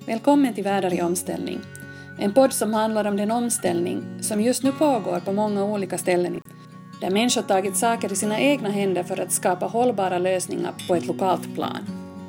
Välkommen till Världar i omställning. En podd som handlar om den omställning som just nu pågår på många olika ställen, där människor tagit saker i sina egna händer för att skapa hållbara lösningar på ett lokalt plan.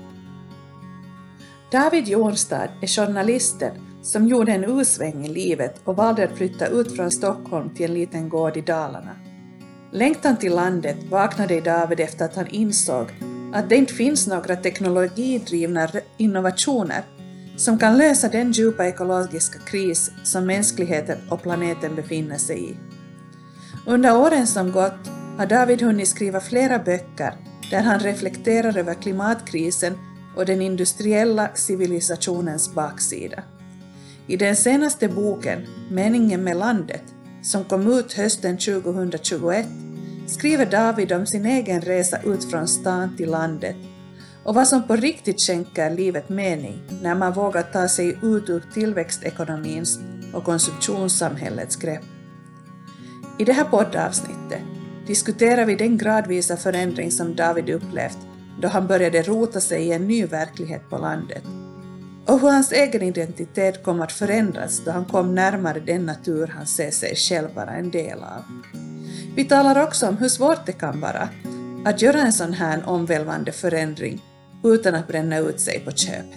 David Jornstad är journalisten som gjorde en U-sväng i livet och valde att flytta ut från Stockholm till en liten gård i Dalarna. Längtan till landet vaknade i David efter att han insåg att det inte finns några teknologidrivna innovationer som kan lösa den djupa ekologiska kris som mänskligheten och planeten befinner sig i. Under åren som gått har David hunnit skriva flera böcker där han reflekterar över klimatkrisen och den industriella civilisationens baksida. I den senaste boken, Meningen med landet, som kom ut hösten 2021, skriver David om sin egen resa ut från stan till landet och vad som på riktigt skänker livet mening när man vågar ta sig ut ur tillväxtekonomins och konsumtionssamhällets grepp. I det här poddavsnittet diskuterar vi den gradvisa förändring som David upplevt då han började rota sig i en ny verklighet på landet och hur hans egen identitet kom att förändras då han kom närmare den natur han ser sig själv vara en del av. Vi talar också om hur svårt det kan vara att göra en sån här omvälvande förändring utan att bränna ut sig på köpet.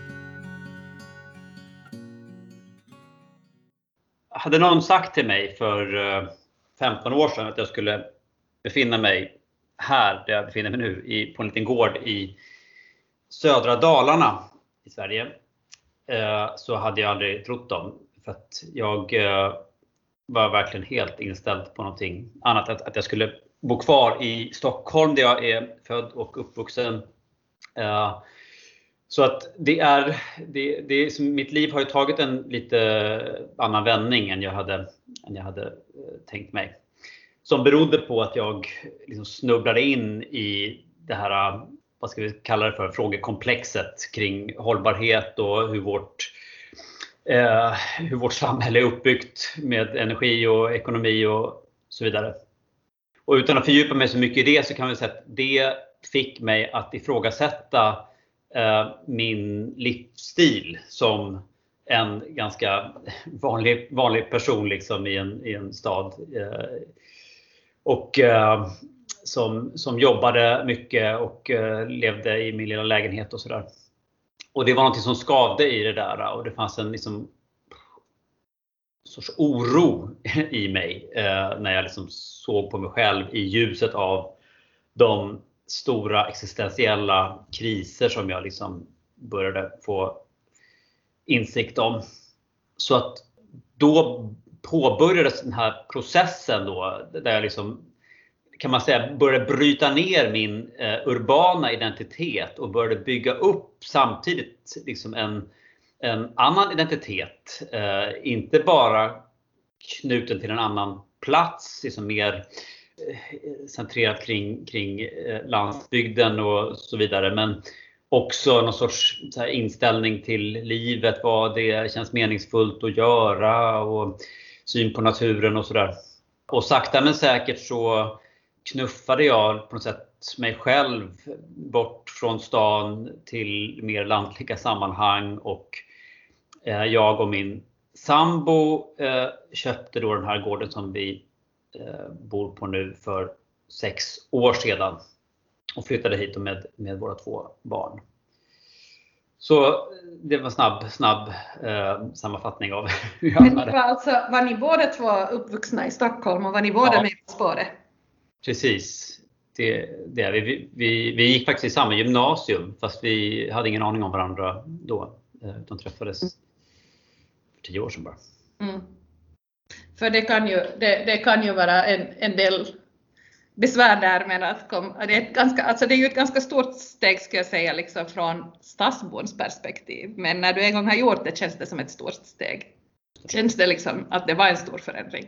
Hade någon sagt till mig för 15 år sedan att jag skulle befinna mig här där jag befinner mig nu på en liten gård i södra Dalarna i Sverige, så hade jag aldrig trott dem. För att jag var verkligen helt inställd på någonting annat. Att jag skulle bo kvar i Stockholm där jag är född och uppvuxen. Så att det är mitt liv har ju tagit en lite annan vändning än jag hade tänkt mig. Som berodde på att jag liksom snubblade in i det här, vad ska vi kalla det för, frågekomplexet kring hållbarhet och hur vårt samhälle är uppbyggt med energi och ekonomi och så vidare. Och utan att fördjupa mig så mycket i det så kan vi säga att det fick mig att ifrågasätta min livsstil som en ganska vanlig person liksom i en stad. Och som jobbade mycket och levde i min lilla lägenhet och sådär. Och det var något som skavde i det där, och det fanns en liksom sorts oro i mig när jag liksom såg på mig själv i ljuset av de stora existentiella kriser som jag liksom började få insikt om. Så att då påbörjades den här processen då, där jag liksom, kan man säga, började bryta ner min urbana identitet och började bygga upp samtidigt liksom en annan identitet. Inte bara knuten till en annan plats, liksom mer centrerat kring landsbygden och så vidare, men också någon sorts så här inställning till livet, vad det känns meningsfullt att göra och syn på naturen och sådär. Och sakta men säkert så knuffade jag på något sätt mig själv bort från stan till mer lantliga sammanhang, och jag och min sambo köpte då den här gården som vi bor på nu för 6 år sedan och flyttade hit med våra 2 barn. Så det var snabb sammanfattning av hur jag hamnade. Var ni båda 2 uppvuxna i Stockholm och var ni båda med på spåret? Precis. Vi gick faktiskt i samma gymnasium, fast vi hade ingen aning om varandra då. De träffades för 10 år sedan bara. Mm. För det kan ju vara en del besvär där med att det är ju ett ganska stort steg, ska jag säga, liksom från stadsbons perspektiv. Men när du en gång har gjort det, känns det som ett stort steg. Känns det liksom att det var en stor förändring?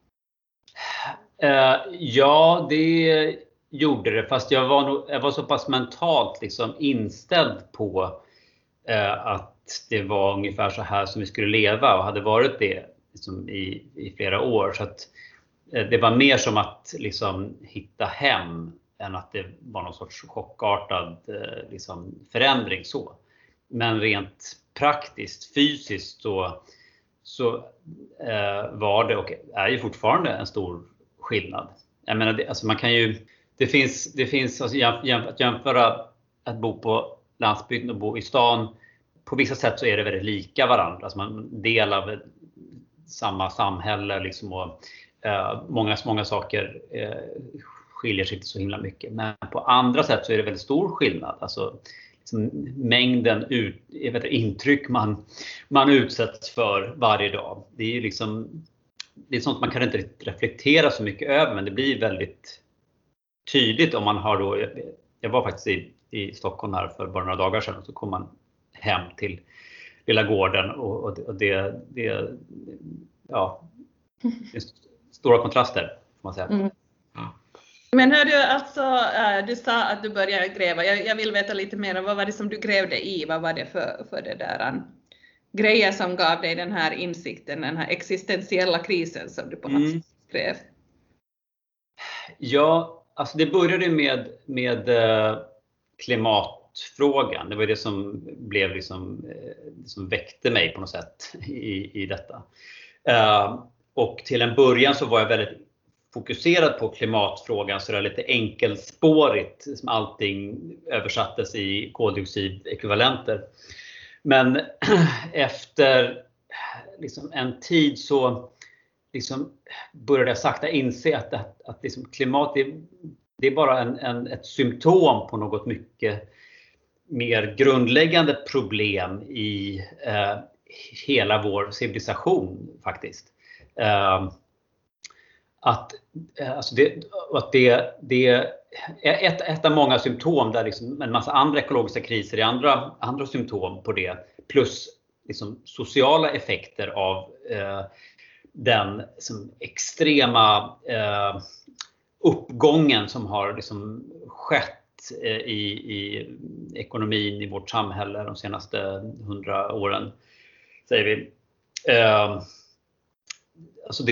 Ja, det gjorde det. Fast jag var så pass mentalt liksom inställd på att det var ungefär så här som vi skulle leva, och hade varit det liksom i flera år. Så att det var mer som att liksom hitta hem än att det var någon sorts chockartad liksom förändring så. Men rent praktiskt, fysiskt så var det och är ju fortfarande en stor skillnad. Jag menar, alltså man kan ju, det finns alltså, att jämföra att bo på landsbygden och bo i stan. På vissa sätt så är det väldigt lika varandra. Alltså man delar av samma samhälle liksom, och många saker skiljer sig inte så himla mycket. Men på andra sätt så är det väldigt stor skillnad. Alltså liksom mängden intryck man utsätts för varje dag. Det är ju liksom, det är sånt man kan inte reflektera så mycket över, men det blir väldigt tydligt om man har då. Jag var faktiskt i Stockholm här för bara några dagar sedan, och så kom man hem till lilla gården och det ja, det är stora kontraster får man säga. Mm. Men hör du, alltså, du sa att du började gräva. Jag vill veta lite mer om vad var det som du grävde i? Vad var det för det där grejer som gav dig den här insikten, den här existentiella krisen som du på något sätt skrev? Ja, alltså det började med klimatfrågan. Det var det som blev liksom, som väckte mig på något sätt i detta. Och till en början så var jag väldigt fokuserad på klimatfrågan, så det är lite enkelspårigt som allting översattes i koldioxidekvivalenter. Men efter liksom en tid så liksom började jag sakta inse att liksom klimat det är bara ett symptom på något mycket mer grundläggande problem i hela vår civilisation faktiskt. Det är ett av många symptom där liksom en massa andra ekologiska kriser är andra symptom på det, plus liksom sociala effekter av den liksom extrema uppgången som har liksom skett i ekonomin i vårt samhälle de senaste 100 åren, säger vi. Alltså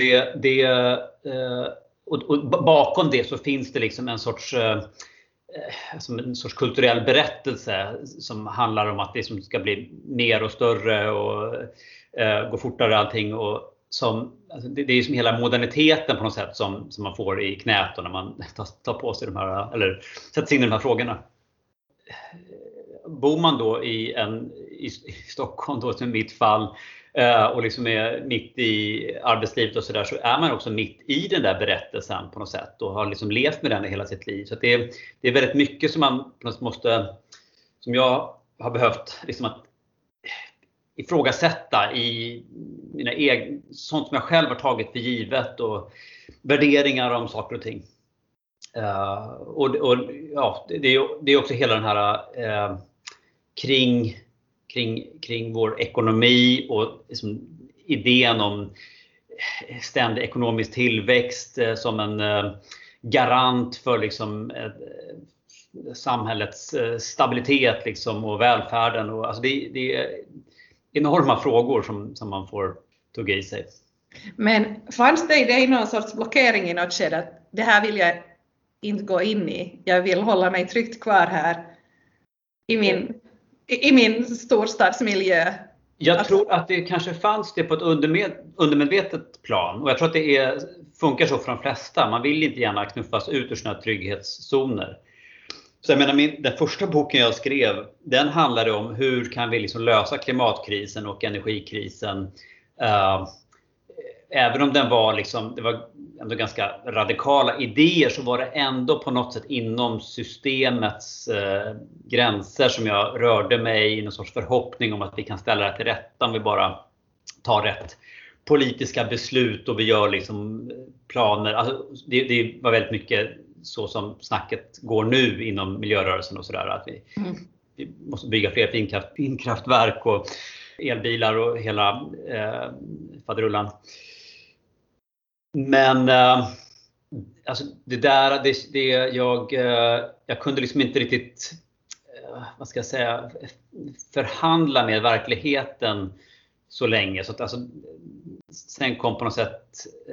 och bakom det så finns det liksom en sorts kulturell berättelse som handlar om att det som ska bli mer och större och gå fortare allting, och som, alltså det är som hela moderniteten på något sätt som man får i knät när man tar på sig de här, eller sätter sig in i de här frågorna. Bor man då i Stockholm då, som i mitt fall, och liksom är mitt i arbetslivet och så är man också mitt i den där berättelsen på något sätt och har liksom levt med den i hela sitt liv. Så att det är väldigt mycket som man som jag har behövt liksom att ifrågasätta i mina egna, sånt som jag själv har tagit för givet, och värderingar om saker och ting. Det är också hela den här kring vår ekonomi och liksom idén om ständig ekonomisk tillväxt som en garant för liksom samhällets stabilitet liksom, och välfärden. Och, alltså det är enorma frågor som man får tugga i sig. Men fanns det i dig någon sorts blockering i något skede att det här vill jag inte gå in i? Jag vill hålla mig tryggt kvar här i min storstadsmiljö. Jag tror att det kanske fanns det på ett undermedvetet plan. Och jag tror att det funkar så för de flesta. Man vill inte gärna knuffas ut ur sina trygghetszoner. Så jag menar, den första boken jag skrev, den handlade om hur kan vi liksom lösa klimatkrisen och energikrisen. Även om det var ändå ganska radikala idéer, så var det ändå på något sätt inom systemets gränser som jag rörde mig i någon sorts förhoppning om att vi kan ställa det till rätta om vi bara tar rätt politiska beslut och vi gör liksom planer. Alltså, det var väldigt mycket så som snacket går nu inom miljörörelsen och sådär, att vi måste bygga fler vindkraftverk och elbilar och hela faderullan. Men alltså jag kunde liksom inte riktigt förhandla med verkligheten så länge, så att alltså, sen kom på något sätt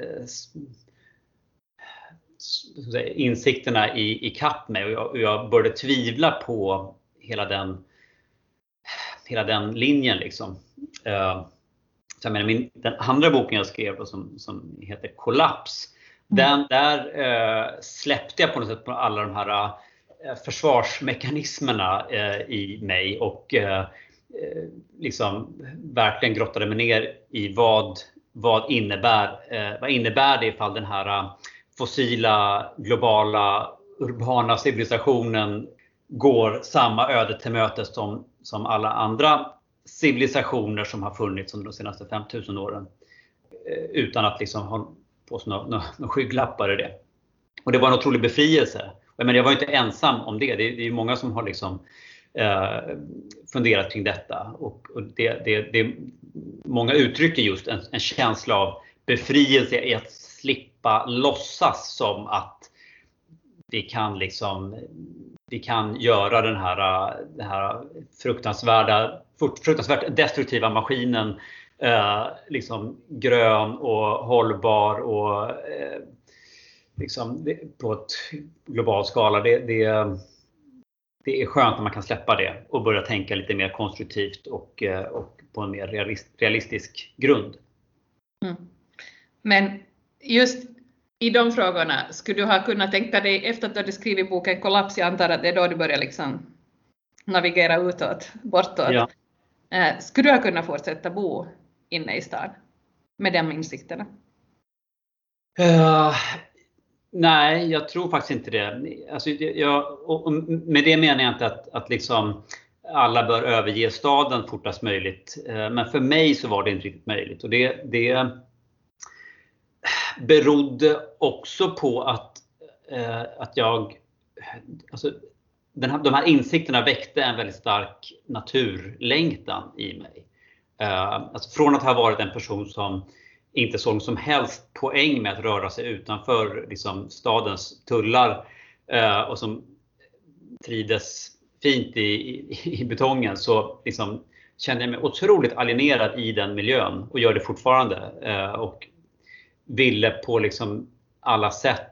insikterna i kapp mig, och jag började tvivla på hela den linjen liksom. Så jag menar, den andra boken jag skrev som heter Kollaps, där släppte jag på något sätt på alla de här försvarsmekanismerna i mig och liksom verkligen grottade mig ner i vad innebär det ifall den här fossila, globala, urbana civilisationen går samma öde till mötes som alla andra civilisationer som har funnits under de senaste 5000 åren. Utan att liksom ha på sig några skygglappar i det. Och det var en otrolig befrielse. Men jag var inte ensam om det. Det är många som har liksom funderat kring detta. Och det många uttrycker just en känsla av befrielse i att slippa låtsas som att vi kan göra den här fruktansvärt destruktiva maskinen liksom grön och hållbar och liksom på ett global skala. Det är skönt när man kan släppa det och börja tänka lite mer konstruktivt och på en mer realistisk grund. Men just i de frågorna, skulle du ha kunnat tänka dig efter att du hade skrivit boken Kollaps, jag antar att det är då du börjar liksom navigera utåt, bortåt. Ja. Skulle du ha kunnat fortsätta bo inne i stan med de insikterna? Nej, jag tror faktiskt inte det. Alltså, och med det menar jag inte att liksom alla bör överge staden fortast möjligt. Men för mig så var det inte riktigt möjligt. Och det berodde också på att jag... Alltså, de här insikterna väckte en väldigt stark naturlängtan i mig. Alltså från att ha varit en person som inte såg som helst poäng med att röra sig utanför liksom, stadens tullar och som trivdes fint i betongen, så liksom, kände jag mig otroligt alienerad i den miljön och gör det fortfarande. Och ville på liksom, alla sätt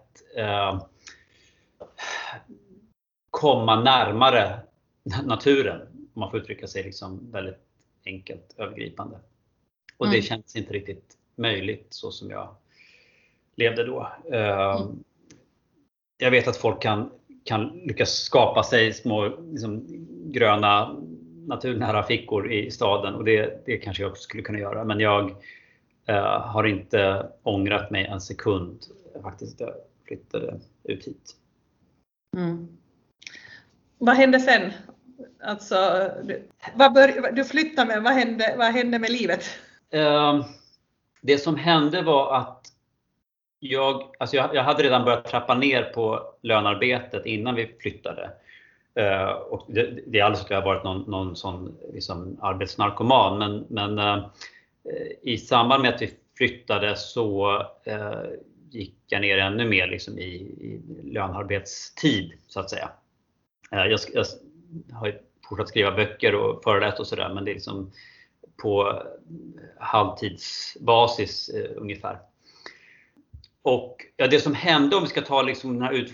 komma närmare naturen, om man får uttrycka sig liksom väldigt enkelt övergripande. Och det känns inte riktigt möjligt så som jag levde då. Jag vet att folk kan lyckas skapa sig små liksom, gröna naturnära fickor i staden, och det kanske jag också skulle kunna göra, men jag har inte ångrat mig en sekund faktiskt. Jag flyttade ut hit. Vad hände sen? Alltså, du flyttade med, vad hände med livet? Det som hände var att jag hade redan börjat trappa ner på lönarbetet innan vi flyttade. Och det är alldeles att jag har varit någon sån liksom arbetsnarkoman, men i samband med att vi flyttade så gick jag ner ännu mer liksom i lönarbetstid så att säga. Jag har fortsatt skriva böcker och föreläst och sådär, men det är liksom på halvtidsbasis ungefär. Och ja, det som hände, om vi ska ta liksom den här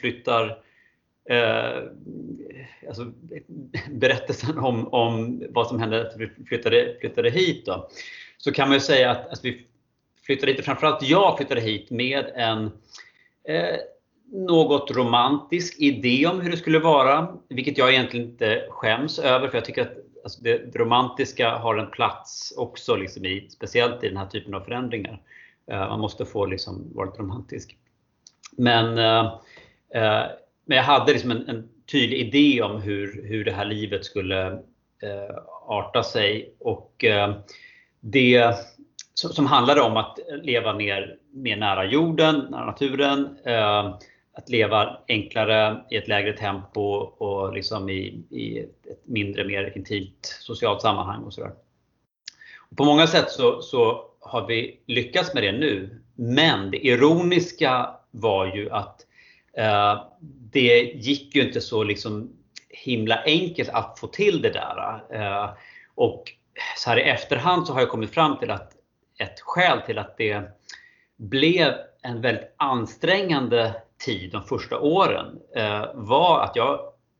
alltså berättelsen om vad som hände att vi flyttade hit då, så kan man ju säga att vi flyttade hit, framförallt jag flyttade hit med en något romantisk idé om hur det skulle vara, vilket jag egentligen inte skäms över, för jag tycker att alltså, det romantiska har en plats också liksom speciellt i den här typen av förändringar. Man måste få liksom vara lite romantisk. Men jag hade liksom en tydlig idé om hur det här livet skulle arta sig, och det som handlade om att leva mer nära jorden, nära naturen, att leva enklare i ett lägre tempo och liksom i ett mindre, mer intimt socialt sammanhang och sådär. På många sätt så har vi lyckats med det nu, men det ironiska var ju att det gick ju inte så liksom himla enkelt att få till det där. Och så här i efterhand så har jag kommit fram till att ett skäl till att det blev en väldigt ansträngande tid de första åren var att jag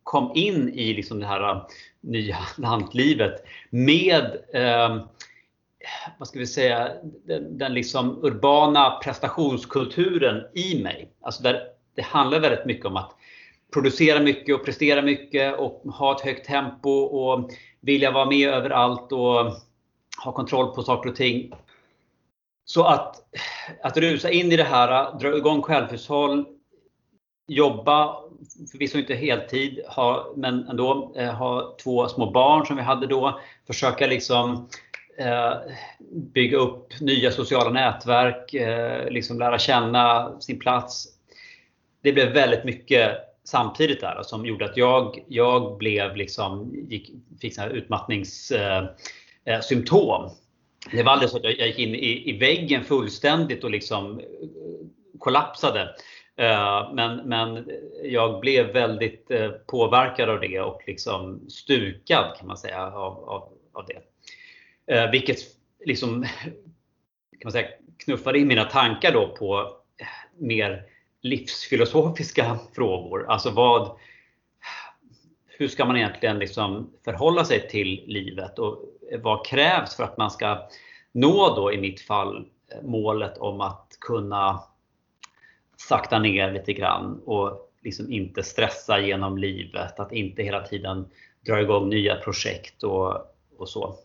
kom in i liksom det här nya lantlivet med vad ska vi säga, den liksom urbana prestationskulturen i mig. Alltså där det handlar väldigt mycket om att producera mycket och prestera mycket och ha ett högt tempo och vilja vara med överallt och ha kontroll på saker och ting. Så att rusa in i det här, dra igång självhushåll, jobba, förvisso inte heltid, men ändå ha 2 små barn som vi hade då, försöka liksom bygga upp nya sociala nätverk, liksom lära känna sin plats. Det blev väldigt mycket samtidigt där som gjorde att jag blev liksom, fick såna här utmattningssymptom. Det var aldrig så att jag gick in i väggen fullständigt och liksom kollapsade. Men jag blev väldigt påverkad av det och liksom stukad kan man säga av det. Vilket liksom kan man säga knuffade in mina tankar då på mer livsfilosofiska frågor. Alltså hur ska man egentligen liksom förhålla sig till livet och vad krävs för att man ska nå då i mitt fall målet om att kunna sakta ner lite grann och liksom inte stressa genom livet, att inte hela tiden dra igång nya projekt och så.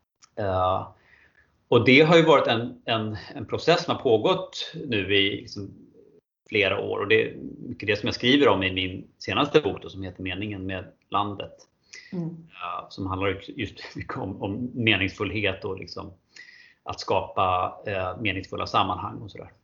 Och det har ju varit en process som har pågått nu i liksom flera år, och det är mycket det som jag skriver om i min senaste bok då, som heter Meningen med landet. Som handlar just mycket om meningsfullhet och liksom att skapa meningsfulla sammanhang och sådär.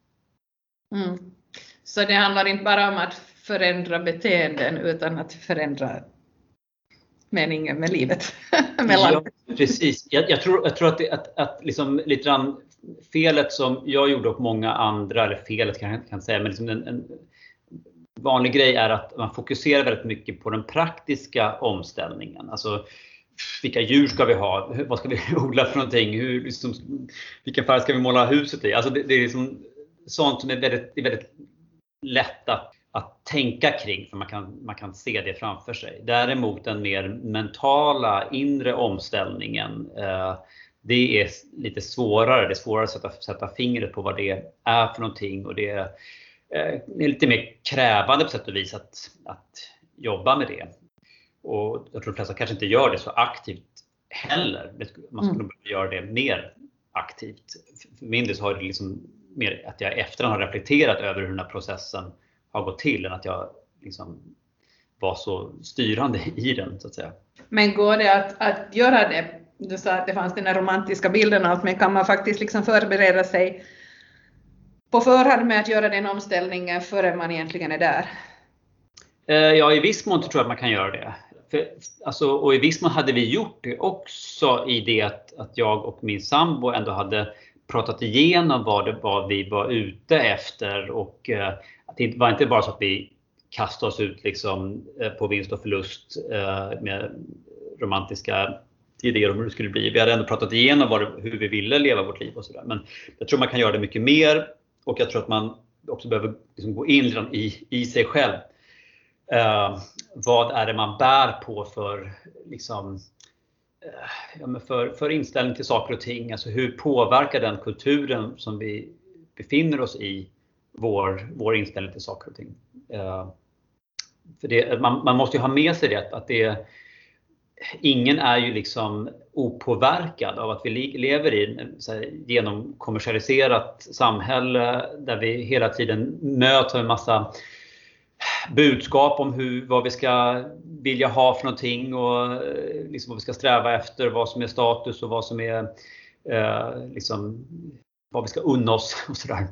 Så det handlar inte bara om att förändra beteenden utan att förändra meningen med livet. Ja, precis. Jag tror att liksom lite grann felet som jag gjorde och många andra, eller felet kan jag säga, men liksom en vanlig grej är att man fokuserar väldigt mycket på den praktiska omställningen. Alltså vilka djur ska vi ha? Vad ska vi odla för någonting? Vilken färg ska vi måla huset i? Alltså det är liksom sånt som är väldigt lätt att tänka kring, för man kan se det framför sig. Däremot den mer mentala inre omställningen, det är lite svårare. Det är svårare att sätta fingret på vad det är för någonting, och det är lite mer krävande på sätt och vis att jobba med det. Och jag tror att de flesta kanske inte gör det så aktivt heller. Man skulle göra det mer aktivt. För min del så har det liksom mer att jag efterhand har reflekterat över hur den här processen har gått till, än att jag liksom var så styrande i den, så att säga. Men går det att göra det? Du sa att det fanns den här romantiska bilden och allt, men kan man faktiskt liksom förbereda sig på förhand med att göra den omställningen före man egentligen är där? Ja, i viss mån tror jag att man kan göra det. Och i viss mån hade vi gjort det också, i det att jag och min sambo ändå hade pratat igenom vad vi var ute efter, och att det var inte bara så att vi kastade oss ut liksom på vinst och förlust med romantiska idéer om hur det skulle bli. Vi hade ändå pratat igenom hur vi ville leva vårt liv och sådär. Men jag tror man kan göra det mycket mer, och jag tror att man också behöver liksom gå in redan i sig själv. Vad är det man bär på för liksom, för inställning till saker och ting? Alltså hur påverkar den kulturen som vi befinner oss i vår inställning till saker och ting? För man måste ju ha med sig det, att ingen är ju liksom opåverkad av att vi lever i ett genomkommersialiserat samhälle där vi hela tiden möter en massa budskap om vad vi ska vilja ha för någonting, och liksom vad vi ska sträva efter, vad som är status och vad som är liksom vad vi ska unna oss och sådär.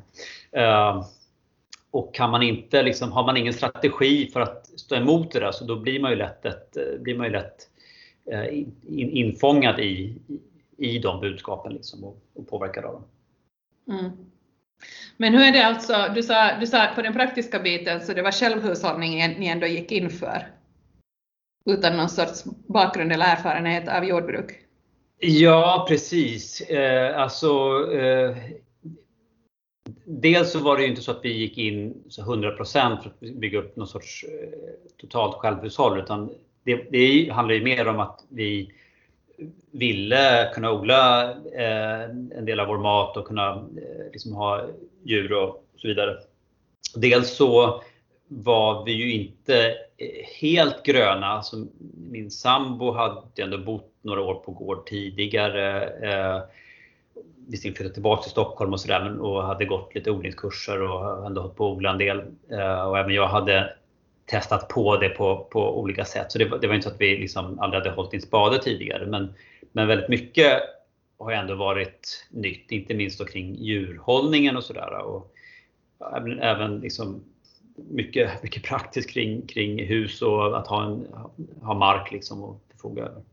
Och kan man inte liksom, har man ingen strategi för att stå emot det där, så då blir man ju lätt infångad i de budskapen liksom, och påverkad av dem. Men hur är det alltså, du sa på den praktiska biten, så det var självhushållningen ni ändå gick in för utan någon sorts bakgrund eller erfarenhet av jordbruk? Ja, precis. dels så var det ju inte så att vi gick in så 100% för att bygga upp någon sorts totalt självhushåll, utan det handlar ju mer om att vi ville kunna odla en del av vår mat och kunna liksom ha djur och så vidare. Dels så var vi ju inte helt gröna. Alltså, min sambo hade ändå bott några år på gård tidigare. Vi flyttade tillbaka till Stockholm och sådär, och hade gått lite odlingskurser och ändå hållit på att odla en del. Och även jag hade testat på det på olika sätt. Så det var inte så att vi liksom aldrig hade hållit in spade tidigare. Men väldigt mycket har ändå varit nytt, inte minst då kring djurhållningen och sådär. Och även liksom mycket praktiskt kring hus och att ha mark liksom att förfoga över.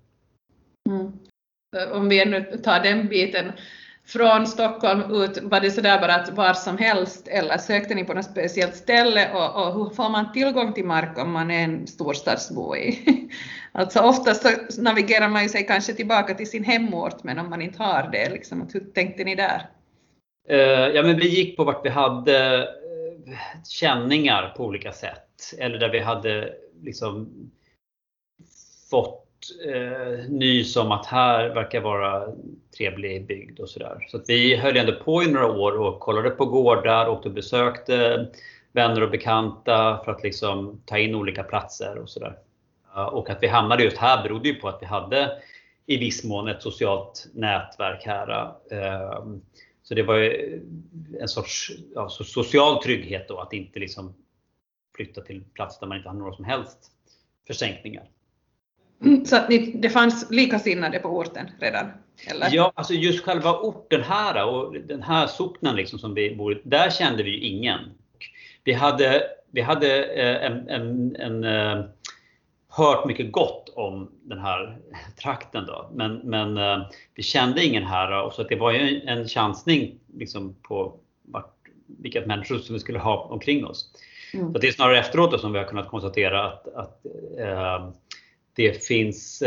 Om vi nu tar den biten från Stockholm ut, var det sådär bara att var som helst, eller sökte ni på något speciellt ställe, och hur får man tillgång till mark om man är en storstadsbo i? Alltså oftast så navigerar man ju sig kanske tillbaka till sin hemort, men om man inte har det, liksom, hur tänkte ni där? Ja, men vi gick på vart vi hade känningar på olika sätt, eller där vi hade liksom fått nys om att här verkar vara trevlig bygd och sådär. Så att vi höll ändå på i några år och kollade på gårdar och besökte vänner och bekanta för att liksom ta in olika platser och sådär. Och att vi hamnade just här berodde ju på att vi hade i viss mån ett socialt nätverk här. Så det var ju en sorts social trygghet då, att inte liksom flytta till plats där man inte hade några som helst försänkningar. Så att det fanns likasinnade på orten redan? Eller? Ja, alltså just själva orten här och den här socknen liksom som vi bor i, där kände vi ju ingen. Vi hade hört mycket gott om den här trakten då, men vi kände ingen här, och så att det var ju en chansning liksom på vilka människor som vi skulle ha omkring oss. Så det är snarare efteråt då som vi har kunnat konstatera att det finns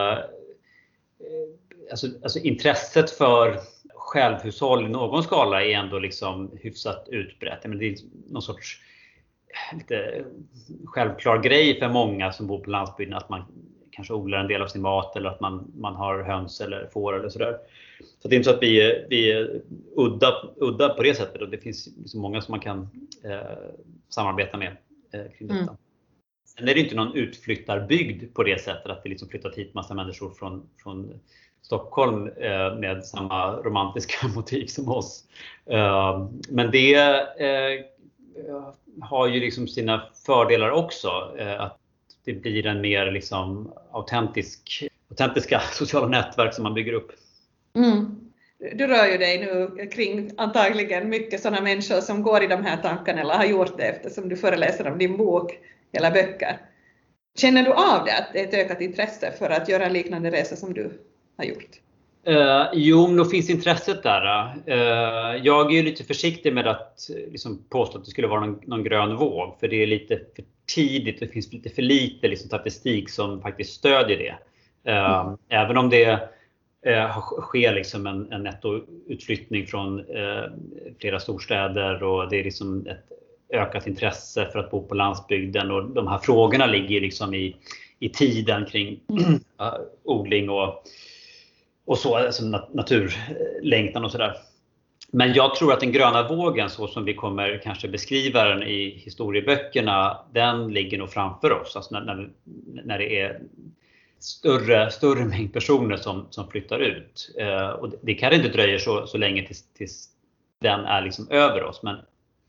alltså intresset för självhushåll i någon skala är ändå liksom hyfsat utbrett. Men det är någon sorts lite självklar grej för många som bor på landsbygden, att man kanske odlar en del av sin mat, eller att man har höns eller får eller sådär. Så det är inte så att vi är udda på det sättet, och det finns liksom många som man kan samarbeta med kring detta. Sen är det inte någon utflyttarbygd på det sättet att det liksom flyttat hit massa människor från Stockholm med samma romantiska motiv som oss. Men det har ju liksom sina fördelar också, att det blir en mer liksom autentiska sociala nätverk som man bygger upp. Du rör ju dig nu kring antagligen mycket sådana människor som går i de här tankarna, eller har gjort det eftersom du föreläser om din bok eller böcker. Känner du av det, att det är ett ökat intresse för att göra en liknande resa som du har gjort? Jo, då finns intresset där. Jag är ju lite försiktig med att liksom påstå att det skulle vara någon grön våg, för det är lite för tidigt. Det finns lite för lite liksom statistik som faktiskt stödjer det. Även om det sker liksom en nettoutflyttning från flera storstäder, och det är liksom ett ökat intresse för att bo på landsbygden, och de här frågorna ligger liksom i tiden kring odling och så, alltså naturlängtan och sådär. Men jag tror att den gröna vågen, så som vi kommer kanske beskriva den i historieböckerna, den ligger nog framför oss. Alltså när det är större mängd personer som flyttar ut. Och det kan inte dröja så länge tills den är liksom över oss. Men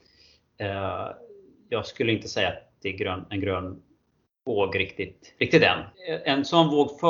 jag skulle inte säga att det är en grön våg riktigt än. En sån våg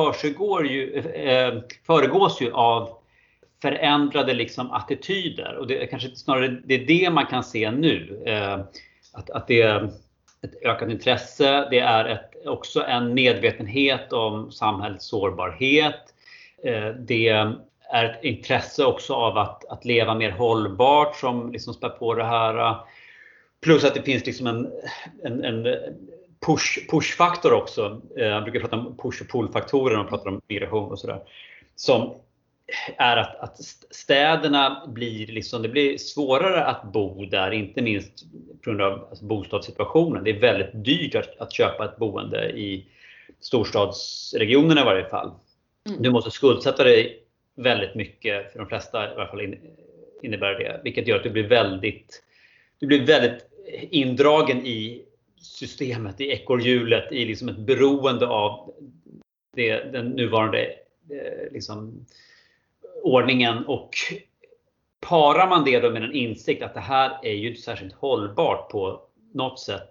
föregås ju av förändrade liksom attityder, och det är kanske snarare det man kan se nu, att det är ett ökat intresse, det är också en medvetenhet om samhällets sårbarhet, det är ett intresse också av att leva mer hållbart som liksom spär på det här, plus att det finns liksom en push-faktor också. Jag brukar prata om push- och pull-faktorer när man pratar om migration och sådär, som är att städerna blir liksom, det blir svårare att bo där, inte minst på grund av bostadssituationen. Det är väldigt dyrt att köpa ett boende i storstadsregionerna i varje fall. Du måste skuldsätta dig väldigt mycket, för de flesta i varje fall innebär det, vilket gör att du blir väldigt indragen i systemet, i ekorrhjulet, i liksom ett beroende av den nuvarande liksom ordningen. Och parar man det då med en insikt att det här är ju inte särskilt hållbart på något sätt,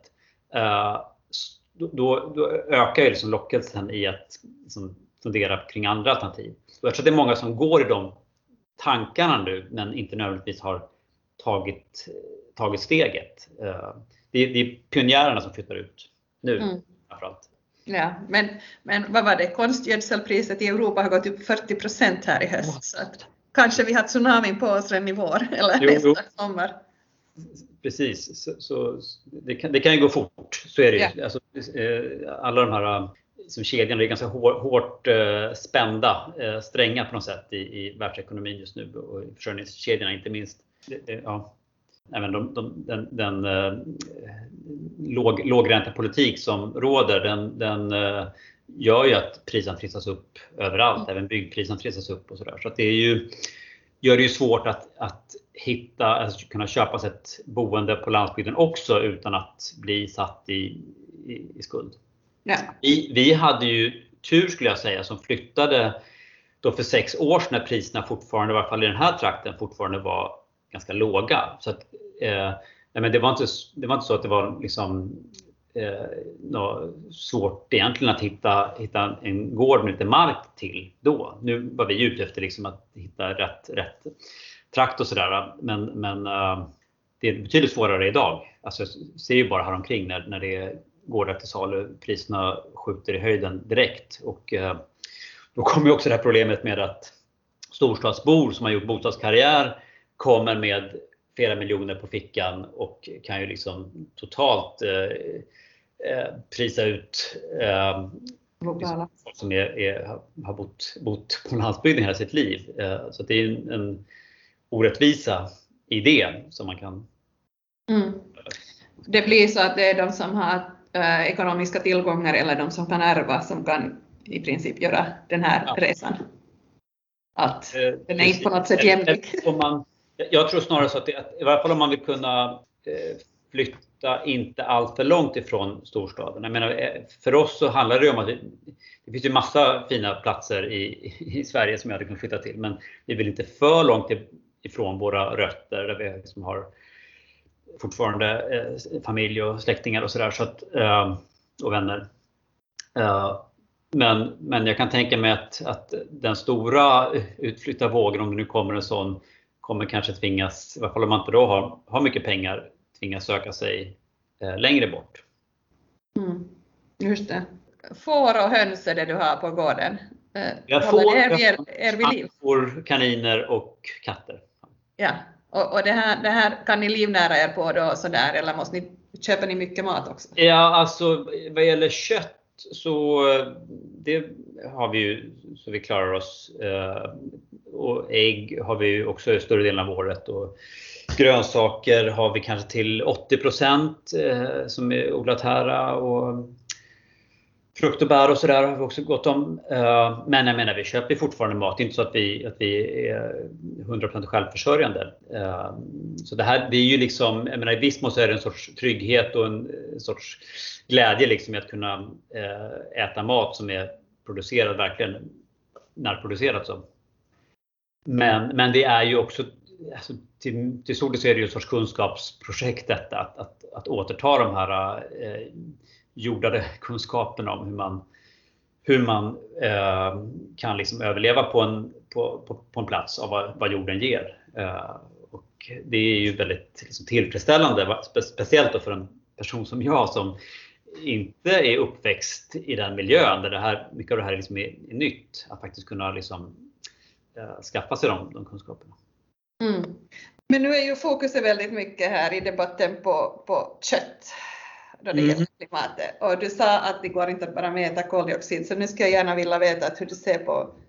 då ökar ju liksom lockelsen i att liksom fundera kring andra alternativ. Och jag tror att det är många som går i de tankarna nu, men inte nödvändigtvis har tagit steget. Det är pionjärerna som flyttar ut nu framförallt. Ja, men vad var det? Konstgödselpriset i Europa har gått upp 40% här i höst. Så att kanske vi har tsunamin på oss redan i vår eller nästa sommar. Precis, så det kan ju gå fort. Så är det ju. Alltså, alla de här som kedjorna är ganska hårt spända strängar på något sätt i världsekonomin just nu, och i försörjningskedjorna inte minst. Även den lågräntepolitik som råder, den gör ju att priserna trissas upp överallt, även byggpriserna trissas upp och sådär. Så att det gör det ju svårt att kunna köpa sig ett boende på landsbygden också utan att bli satt i skuld. Ja. Vi hade ju tur, skulle jag säga, som flyttade då för 6 år sedan, när priserna fortfarande, i varje fall i den här trakten, fortfarande var ganska låga. Så att, men det var inte så att det var liksom svårt egentligen att hitta en gård med lite mark till då. Nu var vi ute efter liksom att hitta rätt trakt och sådär, men det är betydligt svårare idag. Alltså jag ser ju bara här omkring när det går där till salu, priserna skjuter i höjden direkt, och då kommer ju också det här problemet med att storstadsbor som har gjort bostadskarriär kommer med flera miljoner på fickan och kan ju liksom totalt prisa ut liksom folk som har bott på landsbygden hela sitt liv. Så det är en orättvisa idé som man kan... Det blir så att det är de som har ekonomiska tillgångar eller de som kan ärva som kan i princip göra den här resan. Att den är inte på något sätt jämlik. Jag tror snarare så att i varje fall om man vill kunna flytta inte allt för långt ifrån storstaden. Jag menar, för oss så handlar det om att det finns ju massa fina platser i Sverige som jag hade kunnat flytta till, men vi vill inte för långt ifrån våra rötter där vi liksom har fortfarande familj och släktingar och sådär, så att, och vänner. Men jag kan tänka mig att den stora utflyttarvågen, om det nu kommer en sån, kommer kanske tvingas, i alla fall om man inte då har mycket pengar, tvingas söka sig längre bort. Just det. Får och höns är det du har på gården? Jag får kaniner och katter. Ja, och det här kan ni livnära er på då sådär, eller köper ni mycket mat också? Ja, alltså vad gäller kött så det har vi ju så vi klarar oss, och ägg har vi ju också i större delen av året, och grönsaker har vi kanske till 80% som är odlat här, och frukt och bär och sådär har vi också gått om. Men jag menar, vi köper fortfarande mat. Det är inte så att vi är 100% självförsörjande. Så det är ju liksom, jag menar, i viss mån så är det en sorts trygghet och en sorts glädje liksom i att kunna äta mat som är producerad verkligen närproducerat så. Men det är ju också, alltså, till stor del så är det ju en sorts kunskapsprojekt detta, att återta de här jordade kunskaperna om hur man kan liksom överleva på en plats av vad jorden ger. Och det är ju väldigt liksom tillfredsställande, speciellt då för en person som jag som inte är uppväxt i den miljön där mycket av det här liksom är nytt, att faktiskt kunna liksom skaffa sig de kunskaperna. Men nu är ju fokuset väldigt mycket här i debatten på kött då det gäller klimatet. Och du sa att det går inte att bara mäta koldioxid, så nu ska jag gärna vilja veta hur du ser på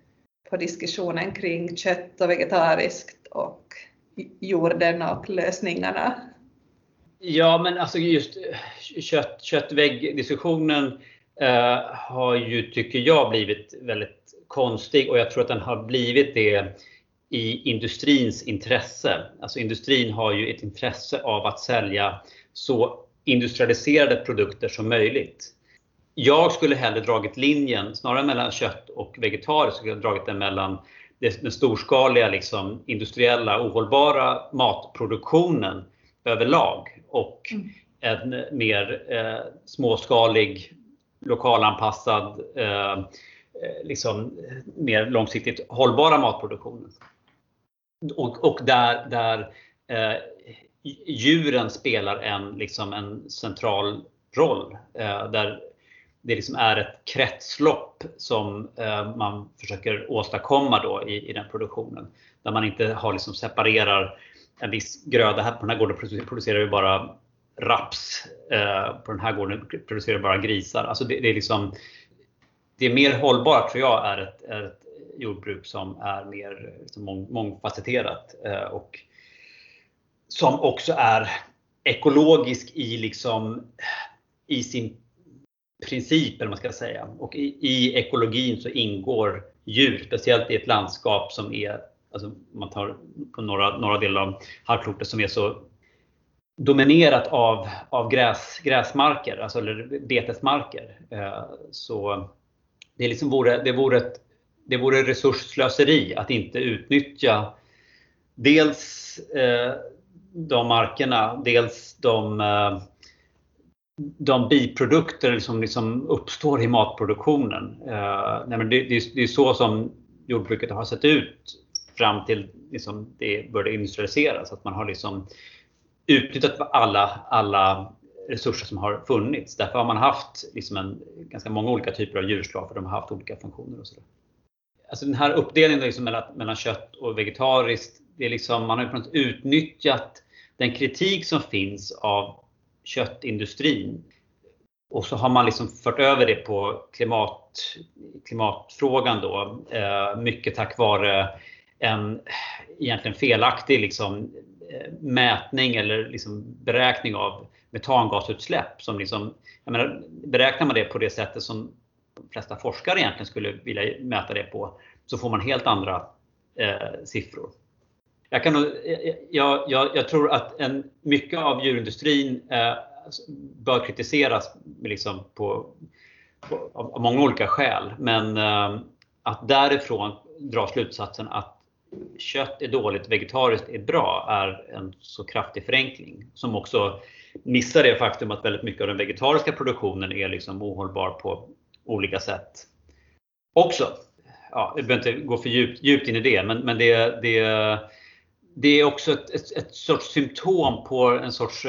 på diskussionen kring kött och vegetariskt och jorden och lösningarna? Ja, men alltså just kött-vägg-diskussionen har ju, tycker jag, blivit väldigt konstig, och jag tror att den har blivit det i industrins intresse. Alltså industrin har ju ett intresse av att sälja så industrialiserade produkter som möjligt. Jag skulle hellre dragit linjen snarare mellan kött och vegetariskt, skulle jag dragit den mellan den storskaliga liksom, industriella ohållbara matproduktionen överlag och en mer småskalig, lokalanpassad, liksom mer långsiktigt hållbara matproduktionen. Och där djuren spelar en central roll. Där det liksom är ett kretslopp som man försöker åstadkomma då i den produktionen. Där man inte har liksom separerar en viss gröda. Här på den här gården producerar vi bara raps. På den här gården producerar vi bara grisar. Alltså det är liksom, det är mer hållbart, tror jag, är ett jordbruk som är mer liksom mångfacetterat och som också är ekologisk i sin princip, eller man ska säga. Och i ekologin så ingår djur, speciellt i ett landskap som är, alltså man tar på några delar av halvklotet som är så dominerat av gräsmarker, alltså eller betesmarker. Så det liksom det vore resursslöseri att inte utnyttja dels de markerna, dels de biprodukter som liksom uppstår i matproduktionen. Det är så som jordbruket har sett ut fram till liksom det började industrialiseras. Att man har liksom utnyttjat alla resurser som har funnits. Därför har man haft liksom ganska många olika typer av djurslag, för de har haft olika funktioner och så. Alltså den här uppdelningen liksom mellan kött och vegetariskt, det är liksom, man har utnyttjat den kritik som finns av köttindustrin, och så har man liksom fört över det på klimatfrågan då, mycket tack vare en egentligen felaktig liksom mätning eller liksom beräkning av metangasutsläpp, som liksom, jag menar, beräknar man det på det sättet som de flesta forskare egentligen skulle vilja mäta det på, så får man helt andra siffror. Jag tror att mycket av djurindustrin bör kritiseras liksom av många olika skäl, men att därifrån dra slutsatsen att kött är dåligt, vegetariskt är bra, är en så kraftig förenkling som också missar det faktum att väldigt mycket av den vegetariska produktionen är liksom ohållbar på olika sätt också. Ja, jag behöver inte gå för djupt in i det, men det är också ett sorts symptom på en sorts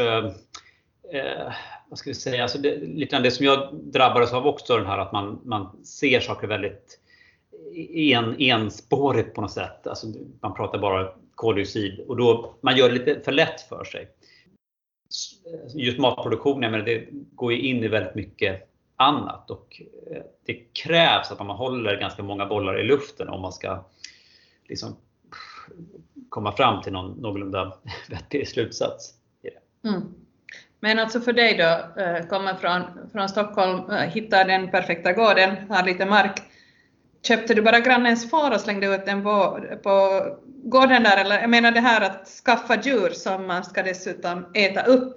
vad ska vi säga, alltså lite av det som jag drabbades av också, den här att man ser saker väldigt enspårigt på något sätt. Alltså man pratar bara koldioxid, och då man gör det lite för lätt för sig. Just matproduktionen, men det går ju in i väldigt mycket annat, och det krävs att man håller ganska många bollar i luften om man ska liksom komma fram till någon någorlunda vettig slutsats. Men alltså för dig då, kommer från Stockholm, hittar den perfekta gården, har lite mark. Köpte du bara grannens får och slängde ut den på gården där? Eller jag menar det här att skaffa djur som man ska dessutom äta upp.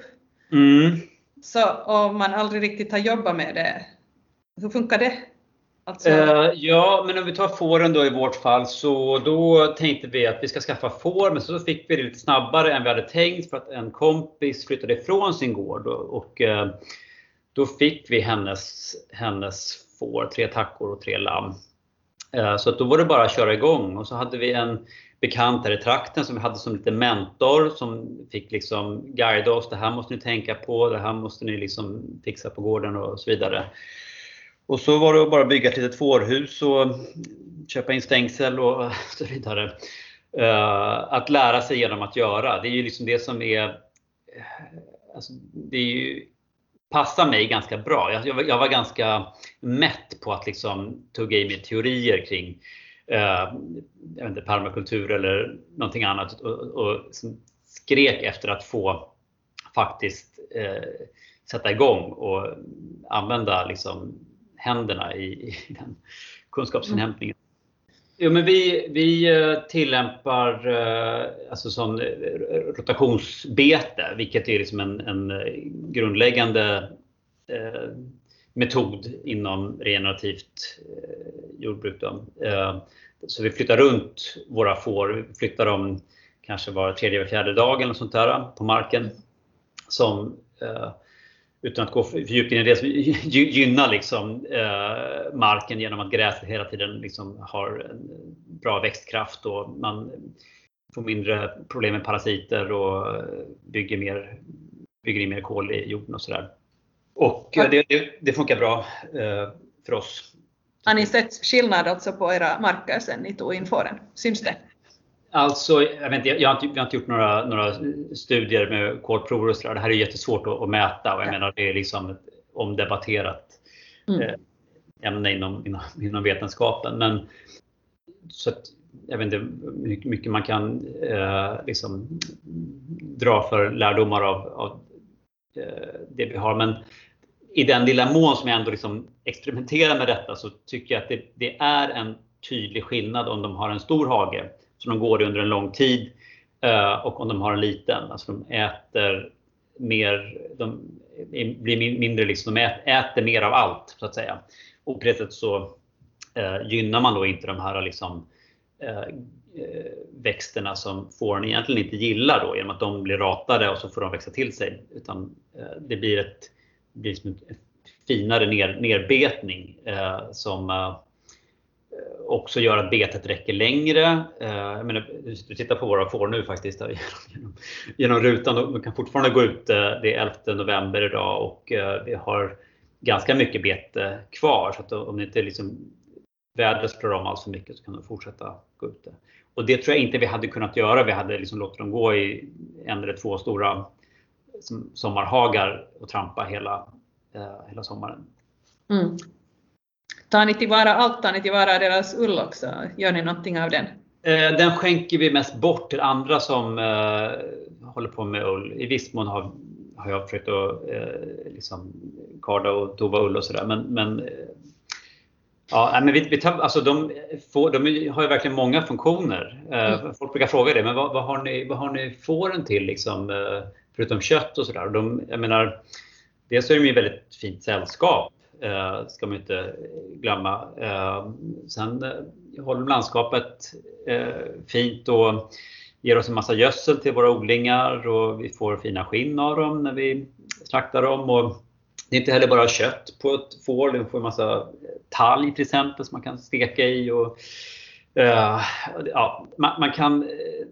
Så om man aldrig riktigt har jobbat med det, hur funkar det? Alltså... Ja, men om vi tar fåren då i vårt fall, så då tänkte vi att vi ska skaffa får, men så fick vi det lite snabbare än vi hade tänkt, för att en kompis flyttade ifrån sin gård, och då fick vi hennes får, 3 tackor och 3 lamm. Så att då var det bara att köra igång, och så hade vi en bekant här i trakten som vi hade som lite mentor, som fick liksom guida oss. Det här måste ni tänka på, det här måste ni liksom fixa på gården och så vidare. Och så var det att bara bygga ett litet fårhus och köpa in stängsel och så vidare. Att lära sig genom att göra, det är ju liksom det som är, alltså det är ju, passar mig ganska bra. Jag var ganska mätt på att liksom tugga i mig teorier kring jag vet inte, permakultur eller någonting annat och skrek efter att få faktiskt sätta igång och använda liksom händerna i den kunskapsinhämtningen. Jo, men vi tillämpar alltså sån rotationsbete, vilket är liksom en grundläggande metod inom regenerativt jordbruk. Så vi flyttar runt våra får, vi flyttar dem kanske var tredje eller fjärde dag eller sånt där på marken, som utan att gå för djupt in i det, så gynnar liksom marken genom att gräset hela tiden liksom har en bra växtkraft och man får mindre problem med parasiter och bygger in mer kol i jorden och sådär. Och det funkar bra för oss. Har ni sett skillnad alltså på era marker sen ni tog in fåren? Syns det? Alltså, jag har inte gjort några studier med kolprover och sådär. Det här är jättesvårt att mäta och jag menar det är liksom ett omdebatterat ämne inom vetenskapen. Men så att jag vet inte hur mycket man kan liksom dra för lärdomar av det vi har. Men i den lilla mån som jag ändå liksom experimenterar med detta så tycker jag att det är en tydlig skillnad om de har en stor hage så de går under en lång tid och om de har en liten. Alltså de äter mer, de blir mindre liksom, de äter mer av allt så att säga. Och på det sättet så gynnar man då inte de här liksom växterna som fåren egentligen inte gillar då, genom att de blir ratade och så får de växa till sig, utan det blir som en finare nerbetning som också gör att betet räcker längre. Jag menar, du tittar på våra får nu faktiskt genom rutan, de kan fortfarande gå ut, det är 11 november idag och vi har ganska mycket bete kvar, så att om det inte liksom vädret slår om alls för mycket så kan de fortsätta gå ute. Och det tror jag inte vi hade kunnat göra. Vi hade liksom låtit dem gå i 1 eller 2 stora sommarhagar och trampa hela sommaren. Mm. Tar ni tillvara deras ull också? Gör ni någonting av den? Den skänker vi mest bort till andra som håller på med ull. I viss mån har jag försökt att liksom karda och tova ull och sådär. Men ja, men vi tar, alltså de har ju verkligen många funktioner. Folk brukar fråga det, men vad har ni fåren till liksom, förutom kött och sådär? Jag menar, dels är de ju väldigt fint sällskap, ska man inte glömma. Sen håller landskapet fint och ger oss en massa gödsel till våra odlingar och vi får fina skinn av dem när vi slaktar dem. Och det är inte heller bara kött på ett får, det får en massa talg till exempel som man kan steka i. Och, ja, man kan,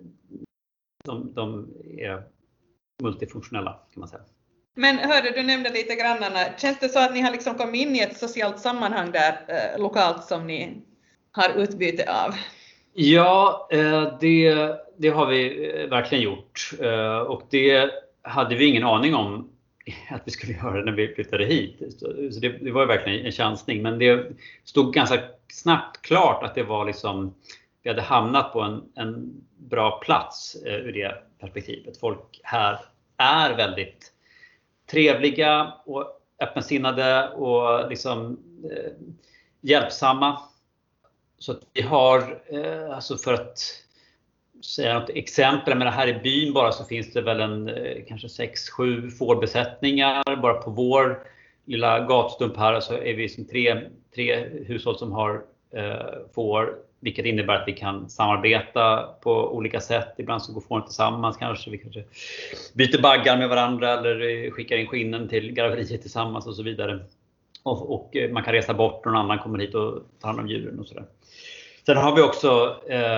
de är multifunktionella kan man säga. Men hörde, du nämnde lite grannarna. Känns det så att ni har liksom kommit in i ett socialt sammanhang där lokalt som ni har utbyte av? Ja, det har vi verkligen gjort. Och det hade vi ingen aning om att vi skulle göra när vi flyttade hit. Så det var verkligen en chansning. Men det stod ganska snabbt klart att det var liksom, vi hade hamnat på en bra plats ur det perspektivet. Folk här är väldigt trevliga och öppensinnade och liksom hjälpsamma. Så att vi har, alltså för att säga något exempel, men här i byn bara så finns det väl kanske 6-7 fårbesättningar. Bara på vår lilla gatstump här så är vi som tre hushåll som har får, vilket innebär att vi kan samarbeta på olika sätt. Ibland så går fåren tillsammans kanske. Vi kanske byter baggar med varandra eller skickar in skinnen till garveriet tillsammans och så vidare. Och man kan resa bort, någon annan kommer hit och tar hand om djuren och sådär. Sen har vi också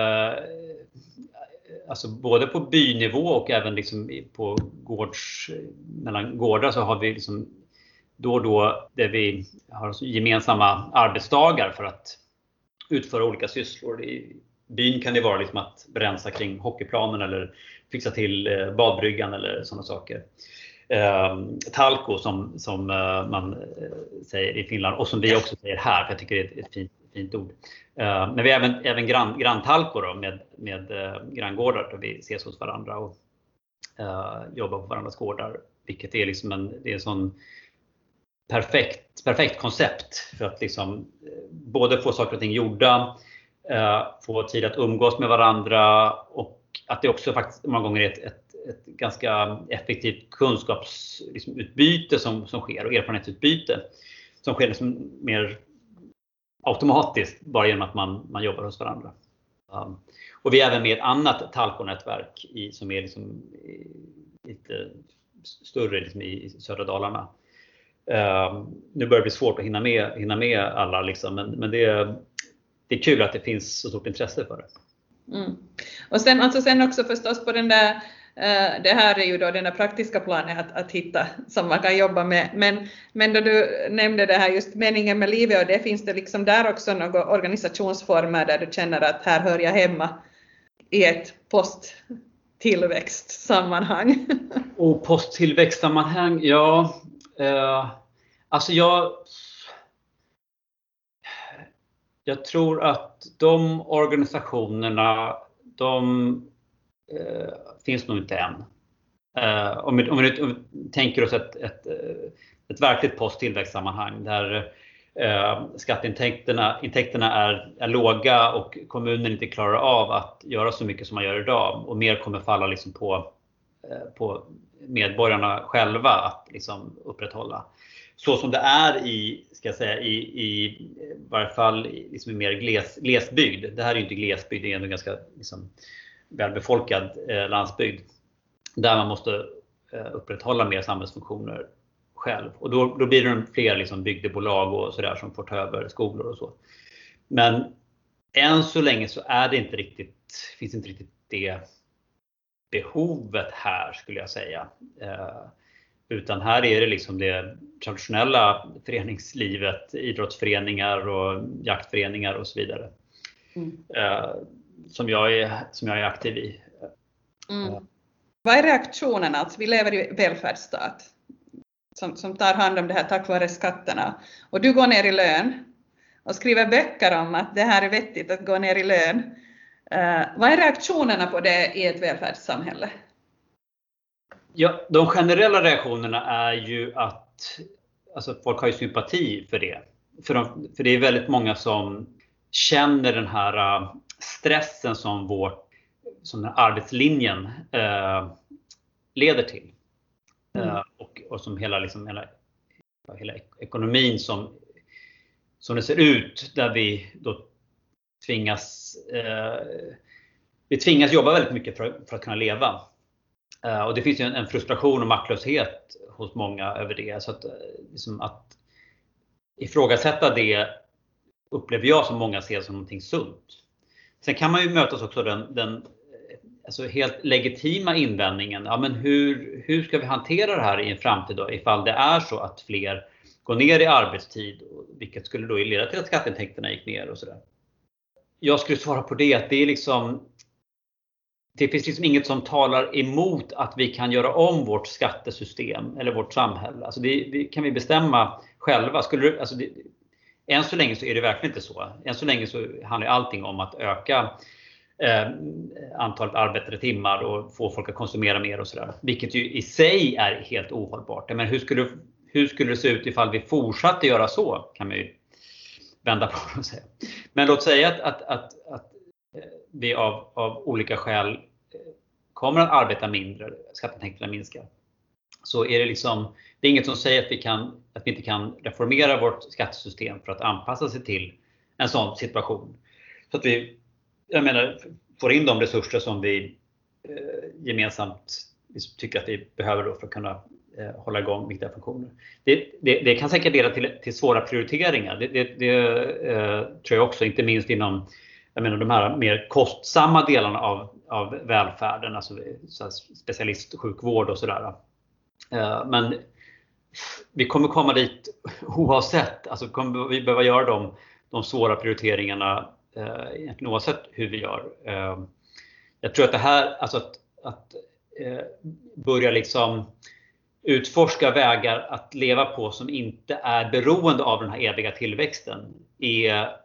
alltså både på bynivå och även liksom på mellan gårdar så har vi liksom då och då där vi har gemensamma arbetsdagar för att utföra olika sysslor. I byn kan det vara liksom att rensa kring hockeyplanen eller fixa till badbryggan eller sådana saker. Talko som man säger i Finland och som vi också säger här, för jag tycker det är ett fint ord. Men vi har även granntalkor då, med granngårdar där vi ses hos varandra och jobbar på varandras gårdar. Vilket är liksom det är en sån perfekt koncept för att liksom både få saker och ting gjorda, få tid att umgås med varandra, och att det också faktiskt många gånger är ett ganska effektivt kunskapsutbyte som sker, och erfarenhetsutbyte som sker liksom mer automatiskt bara genom att man jobbar hos varandra. Och vi är även med ett annat talkonätverk som är liksom lite större liksom i södra Dalarna. Nu börjar det bli svårt att hinna med alla liksom, men det är kul att det finns så stort intresse för det. Och sen också förstås på den där, det här är ju då den där praktiska planen att hitta som man kan jobba med, men då du nämnde det här just meningen med livet, och det finns det liksom där också några organisationsformer där du känner att här hör jag hemma i ett posttillväxtsammanhang? Och posttillväxtsammanhang, ja. Alltså jag tror att de organisationerna, finns nog inte än. Om vi tänker oss ett verkligt posttillväxtsammanhang där skatteintäkterna är låga och kommunen inte klarar av att göra så mycket som man gör idag, och mer kommer falla liksom på medborgarna själva att liksom upprätthålla. Så som det är i varje fall liksom i mer glesbygd. Det här är ju inte glesbygd, det är ändå ganska liksom välbefolkad landsbygd. Där man måste upprätthålla mer samhällsfunktioner själv. Och då blir det fler liksom bygdebolag och sådär som får ta över skolor och så. Men än så länge så är det finns inte riktigt det behovet här, skulle jag säga. Utan här är det liksom det traditionella föreningslivet, idrottsföreningar och jaktföreningar och så vidare. Som jag är aktiv i. Vad är reaktionerna? Alltså, vi lever i välfärdsstat som tar hand om det här tack vare skatterna. Och du går ner i lön och skriver böcker om att det här är vettigt att gå ner i lön. Vad är reaktionerna på det i ett välfärdssamhälle? Ja, de generella reaktionerna är ju att folk har ju sympati för det. För det är väldigt många som känner den här stressen som den här arbetslinjen leder till. Och som hela ekonomin som det ser ut, där vi då tvingas jobba väldigt mycket för att kunna leva. Och det finns ju en frustration och maktlöshet hos många över det. Så att ifrågasätta det upplever jag som många ser som någonting sunt. Sen kan man ju mötas också den alltså helt legitima invändningen. Ja, men hur ska vi hantera det här i en framtid då, ifall det är så att fler går ner i arbetstid, vilket skulle då leda till att skatteintäkterna gick ner och sådär. Jag skulle svara på det att det finns liksom inget som talar emot att vi kan göra om vårt skattesystem eller vårt samhälle. Alltså det kan vi bestämma själva. Än så länge så är det verkligen inte så. Än så länge så handlar allting om att öka antalet arbetade timmar och få folk att konsumera mer och sådär. Vilket ju i sig är helt ohållbart. Men hur skulle det se ut ifall vi fortsatte göra så, kan man ju vända på det och säga. Men låt säga att vi av olika skäl kommer att arbeta mindre, skatteintäkterna minskar. Så är det är inget som säger att vi inte kan reformera vårt skattesystem för att anpassa sig till en sån situation. Så att vi, får in de resurser som vi gemensamt tycker att vi behöver då för att kunna hålla igång viktiga funktioner. Det kan säkert leda till svåra prioriteringar. Det tror jag också, inte minst inom de här mer kostsamma delarna av välfärden, alltså specialistsjukvård och sådär. Men vi kommer komma dit oavsett. Alltså kommer vi behöva göra de svåra prioriteringarna oavsett hur vi gör. Jag tror att det här, alltså att börja utforska vägar att leva på som inte är beroende av den här eviga tillväxten,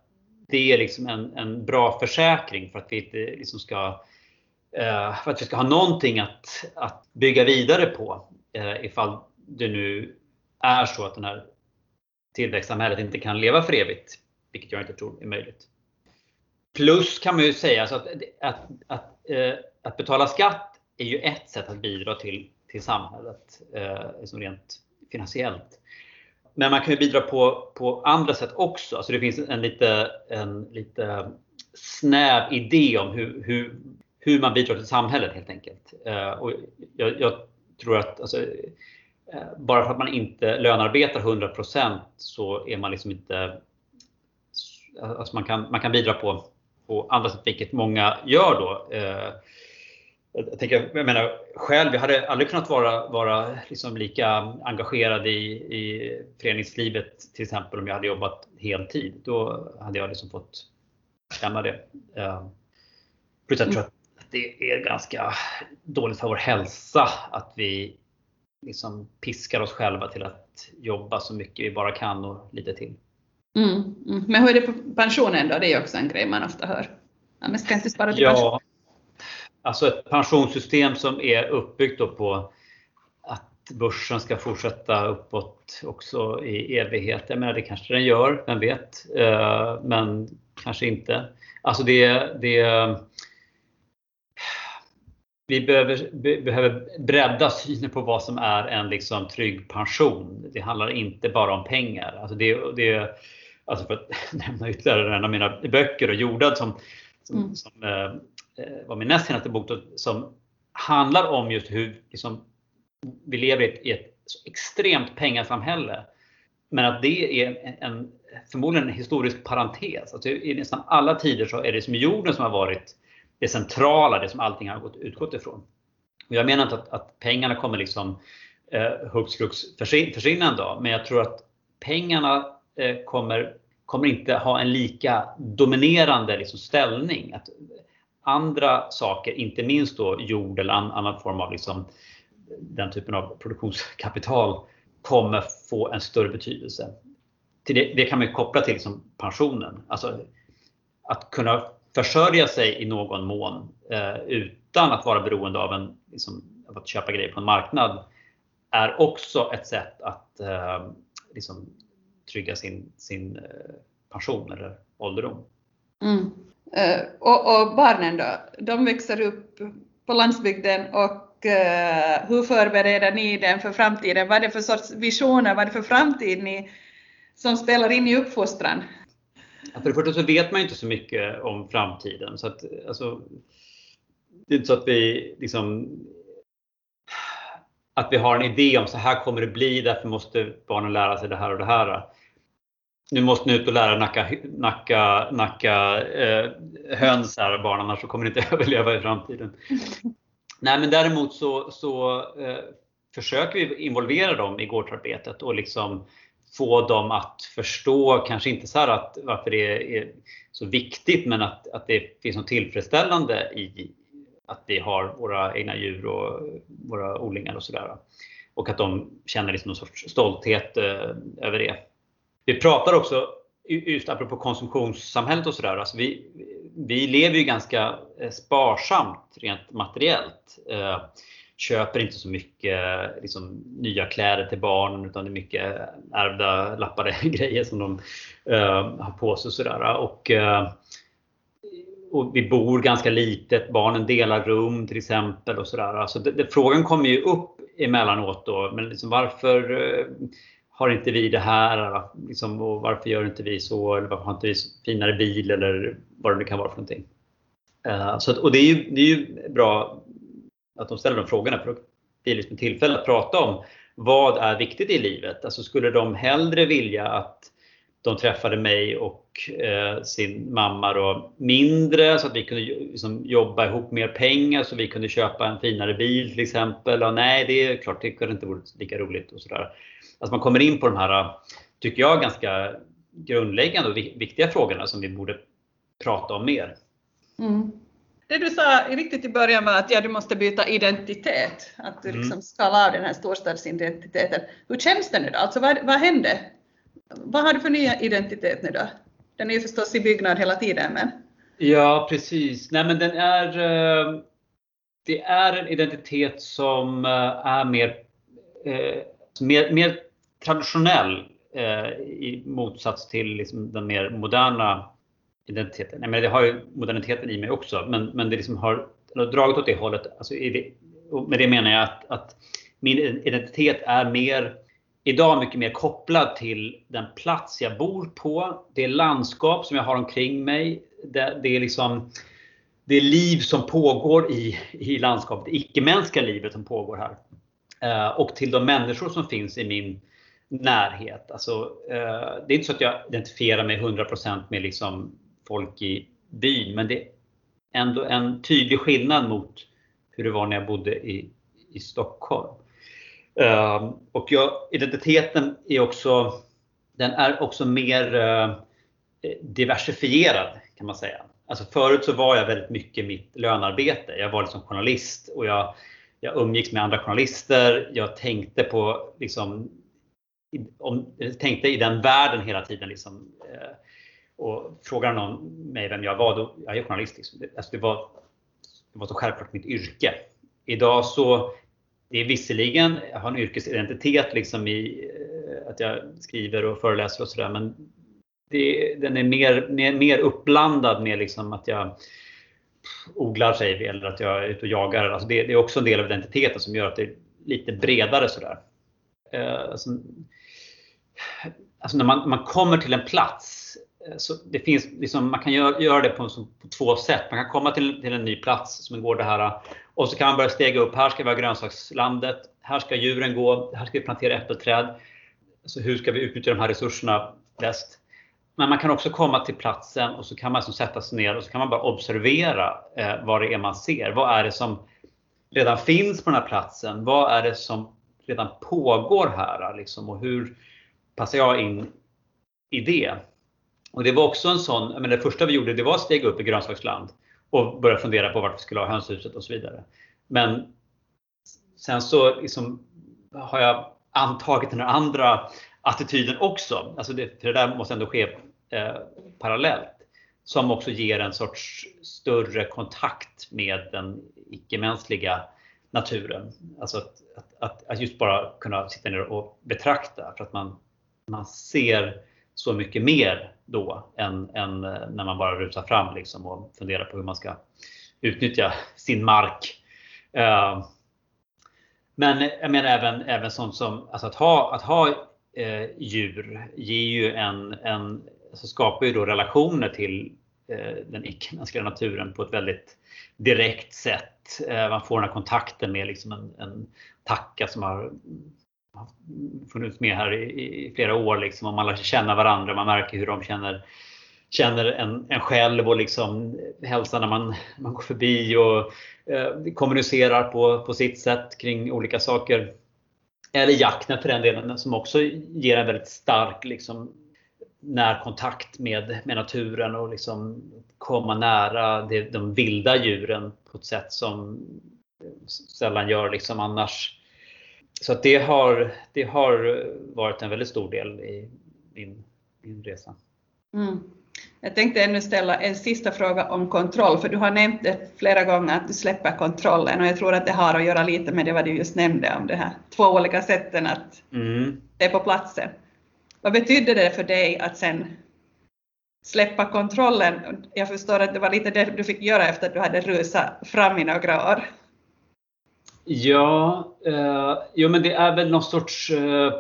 det är liksom en bra försäkring för att vi inte liksom ska för att vi ska ha någonting att bygga vidare på ifall det nu är så att den här tillväxtsamhället inte kan leva för evigt, vilket jag inte tror är möjligt. Plus kan man ju säga så att betala skatt är ju ett sätt att bidra till samhället liksom rent finansiellt. Men man kan ju bidra på andra sätt också. Alltså det finns en lite snäv idé om hur man bidrar till samhället helt enkelt. Och jag tror att alltså, bara för att man inte lönearbetar 100% så är man liksom inte... Alltså man kan bidra på andra sätt, vilket många gör då. Jag menar själv, jag hade aldrig kunnat vara liksom lika engagerad i föreningslivet till exempel om jag hade jobbat heltid. Då hade jag liksom fått känna det. Plus jag tror att det är ganska dåligt för vår hälsa att vi liksom piskar oss själva till att jobba så mycket vi bara kan och lite till. Men hur är det på pensionen då? Det är också en grej man ofta hör. Ja, men ska inte spara till pension? Alltså ett pensionssystem som är uppbyggt då på att börsen ska fortsätta uppåt också i evighet. Jag menar, det kanske den gör, vem vet. Men kanske inte. Alltså vi behöver bredda synen på vad som är en liksom trygg pension. Det handlar inte bara om pengar. Alltså alltså för att nämna ytterligare en av mina böcker och Jordad som var min näst senaste bok då, som handlar om just hur liksom, vi lever i ett extremt pengasamhälle. Men att det är förmodligen en historisk parentes. Alltså, i nästan alla tider så är det som jorden som har varit det centrala, det som allting har utgått ifrån. Och jag menar inte att pengarna kommer liksom hux flux försvinna en dag. Men jag tror att pengarna kommer inte ha en lika dominerande liksom ställning. Att andra saker, inte minst då jord eller annan form av liksom den typen av produktionskapital, kommer få en större betydelse. Till det kan man ju koppla till liksom pensionen. Alltså att kunna försörja sig i någon mån utan att vara beroende av att köpa grejer på en marknad är också ett sätt att liksom trygga sin pension eller ålderdom. Och barnen då? De växer upp på landsbygden och hur förbereder ni den för framtiden? Vad är det för sorts visioner, vad är det för framtid ni som spelar in i uppfostran? För det första så vet man inte så mycket om framtiden. Så att, alltså, det är inte så att vi liksom, att vi har en idé om så här kommer det bli, därför måste barnen lära sig det här och det här. Nu måste ni ut och lära nacka höns här, barnen, annars så kommer ni inte överleva i framtiden. Nej, men däremot så försöker vi involvera dem i gårdsarbetet och liksom få dem att förstå, kanske inte så här att varför det är så viktigt, men att det finns något tillfredsställande i att vi har våra egna djur och våra odlingar och sådär. Och att de känner liksom någon sorts stolthet över det. Vi pratar också, just apropå konsumtionssamhället och sådär, alltså vi lever ju ganska sparsamt rent materiellt. Köper inte så mycket liksom, nya kläder till barnen, utan det är mycket ärvda lappade grejer som de har på sig och sådär. Och vi bor ganska litet, barnen delar rum till exempel och sådär. Alltså frågan kommer ju upp emellanåt då, men liksom, varför har inte vi det här? Liksom, och varför gör inte vi så? Eller varför har inte vi finare bil? Eller vad det nu kan vara för någonting. Och det är ju bra att de ställer de frågorna, för det är liksom ett tillfälle att prata om vad är viktigt i livet. Alltså skulle de hellre vilja att de träffade mig och sin mamma då mindre, så att vi kunde liksom jobba ihop mer pengar, så vi kunde köpa en finare bil till exempel. Och nej, det är klart, det kunde inte vara lika roligt och sådär. Alltså man kommer in på de här, tycker jag, ganska grundläggande och viktiga frågorna som vi borde prata om mer. Det du sa riktigt i början var att du måste byta identitet. Att du liksom skalar av den här storstadsidentiteten. Hur känns det nu då? Alltså vad hände? Vad har du för nya identitet nu då? Den är ju förstås i byggnad hela tiden. Men... Ja, precis. Nej, men det är en identitet som är mer traditionell i motsats till liksom den mer moderna identiteten. Nej, men det har ju moderniteten i mig också, men det liksom har dragit åt det hållet. Alltså med det menar jag att min identitet är idag mycket mer kopplad till den plats jag bor på, det landskap som jag har omkring mig, det är liksom det liv som pågår i landskapet, det icke-mänskliga livet som pågår här. Och till de människor som finns i min närhet. Alltså, det är inte så att jag identifierar mig 100% med liksom folk i byn, men det är ändå en tydlig skillnad mot hur det var när jag bodde i Stockholm. Och identiteten är också mer diversifierad, kan man säga. Alltså förut så var jag väldigt mycket mitt lönarbete. Jag var liksom journalist och jag umgicks med andra journalister. Jag tänkte på liksom, tänkte i den världen hela tiden liksom, och frågar någon mig vem jag var, då jag är journalist liksom. Alltså det var så självklart mitt yrke. Idag så det är visserligen, jag har en yrkesidentitet liksom i att jag skriver och föreläser och sådär, men den är mer uppblandad med liksom att jag odlar sig eller att jag är ute och jagar. Alltså det är också en del av identiteten som gör att det är lite bredare sådär. Alltså när man kommer till en plats, så det finns liksom, man kan göra det på två sätt. Man kan komma till en ny plats som går det här, och så kan man börja stega upp. Här ska vi ha grönsakslandet, här ska djuren gå, här ska vi plantera äppelträd. Så hur ska vi utnyttja de här resurserna bäst? Men man kan också komma till platsen och så kan man sätta sig ner och så kan man bara observera vad det är man ser. Vad är det som redan finns på den här platsen? Vad är det som redan pågår här liksom, och hur passar jag in i det? Och det var också en sån, men det första vi gjorde, det var att stega upp i grönsaksland och börja fundera på vart vi skulle ha hönshuset och så vidare. Men sen så liksom har jag antagit den andra attityden också. Alltså för det där måste ändå ske parallellt. Som också ger en sorts större kontakt med den icke-mänskliga naturen. Alltså att just bara kunna sitta ner och betrakta. För att man ser så mycket mer då än när man bara rusar fram liksom och funderar på hur man ska utnyttja sin mark. Men jag menar även sånt som alltså att ha djur ger ju alltså skapar ju då relationer till den icke-mänskliga naturen på ett väldigt direkt sätt. Man får den här kontakten med liksom en tacka som har funnits med här i flera år liksom, och man lär sig känna varandra, man märker hur de känner en själv och liksom hälsar när man går förbi och kommunicerar på sitt sätt kring olika saker. Eller jakten för den delen, som också ger en väldigt stark liksom närkontakt med naturen och liksom komma nära de vilda djuren på ett sätt som sällan gör liksom annars. Så att det har varit en väldigt stor del i min resa. Mm. Jag tänkte ännu ställa en sista fråga om kontroll, för du har nämnt det flera gånger att du släpper kontrollen, och jag tror att det har att göra lite med det vad du just nämnde om det här två olika sätten att det är på platsen. Vad betyder det för dig att sen släppa kontrollen? Jag förstår att det var lite det du fick göra efter att du hade rusat fram i några år. Ja, men det är väl någon sorts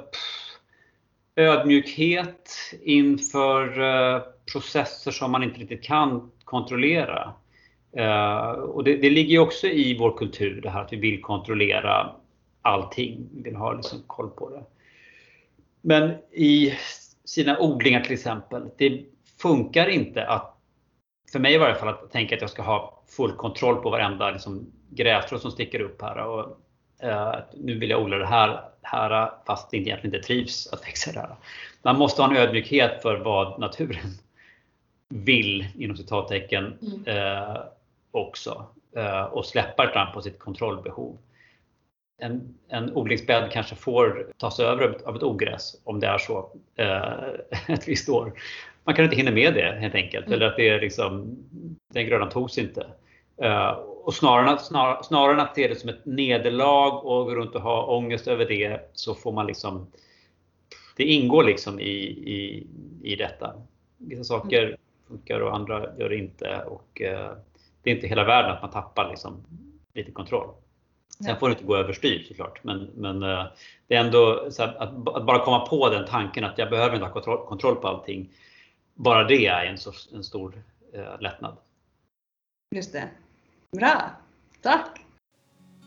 ödmjukhet inför processer som man inte riktigt kan kontrollera. Och det ligger ju också i vår kultur, det här att vi vill kontrollera allting. Vi vill ha liksom koll på det. Men i sina odlingar till exempel, det funkar inte att, för mig i varje fall, att tänka att jag ska ha full kontroll på varenda liksom grässtrå som sticker upp här. Och nu vill jag odla det här fast det egentligen inte trivs att växa det här. Man måste ha en ödmjukhet för vad naturen vill, inom citattecken, också. Och släppa det fram på sitt kontrollbehov. En odlingsbädd kanske får tas över av ett ogräs om det är så ett visst år. man kan inte hinna med det helt enkelt. Eller att det är liksom, den grödan togs inte. Och snarare än att se det som ett nederlag och gå runt och ha ångest över det, så får man liksom, det ingår liksom i detta. Vissa saker funkar och andra gör det inte, och det är inte hela världen att man tappar liksom lite kontroll. Sen får det inte gå överstyr såklart, men det är ändå så att bara komma på den tanken att jag behöver inte ha kontroll på allting. Bara det är en stor lättnad. Just det. Bra, tack!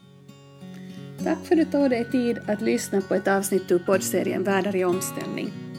Tack för att du tog dig tid att lyssna på ett avsnitt ur poddserien Världar i omställning.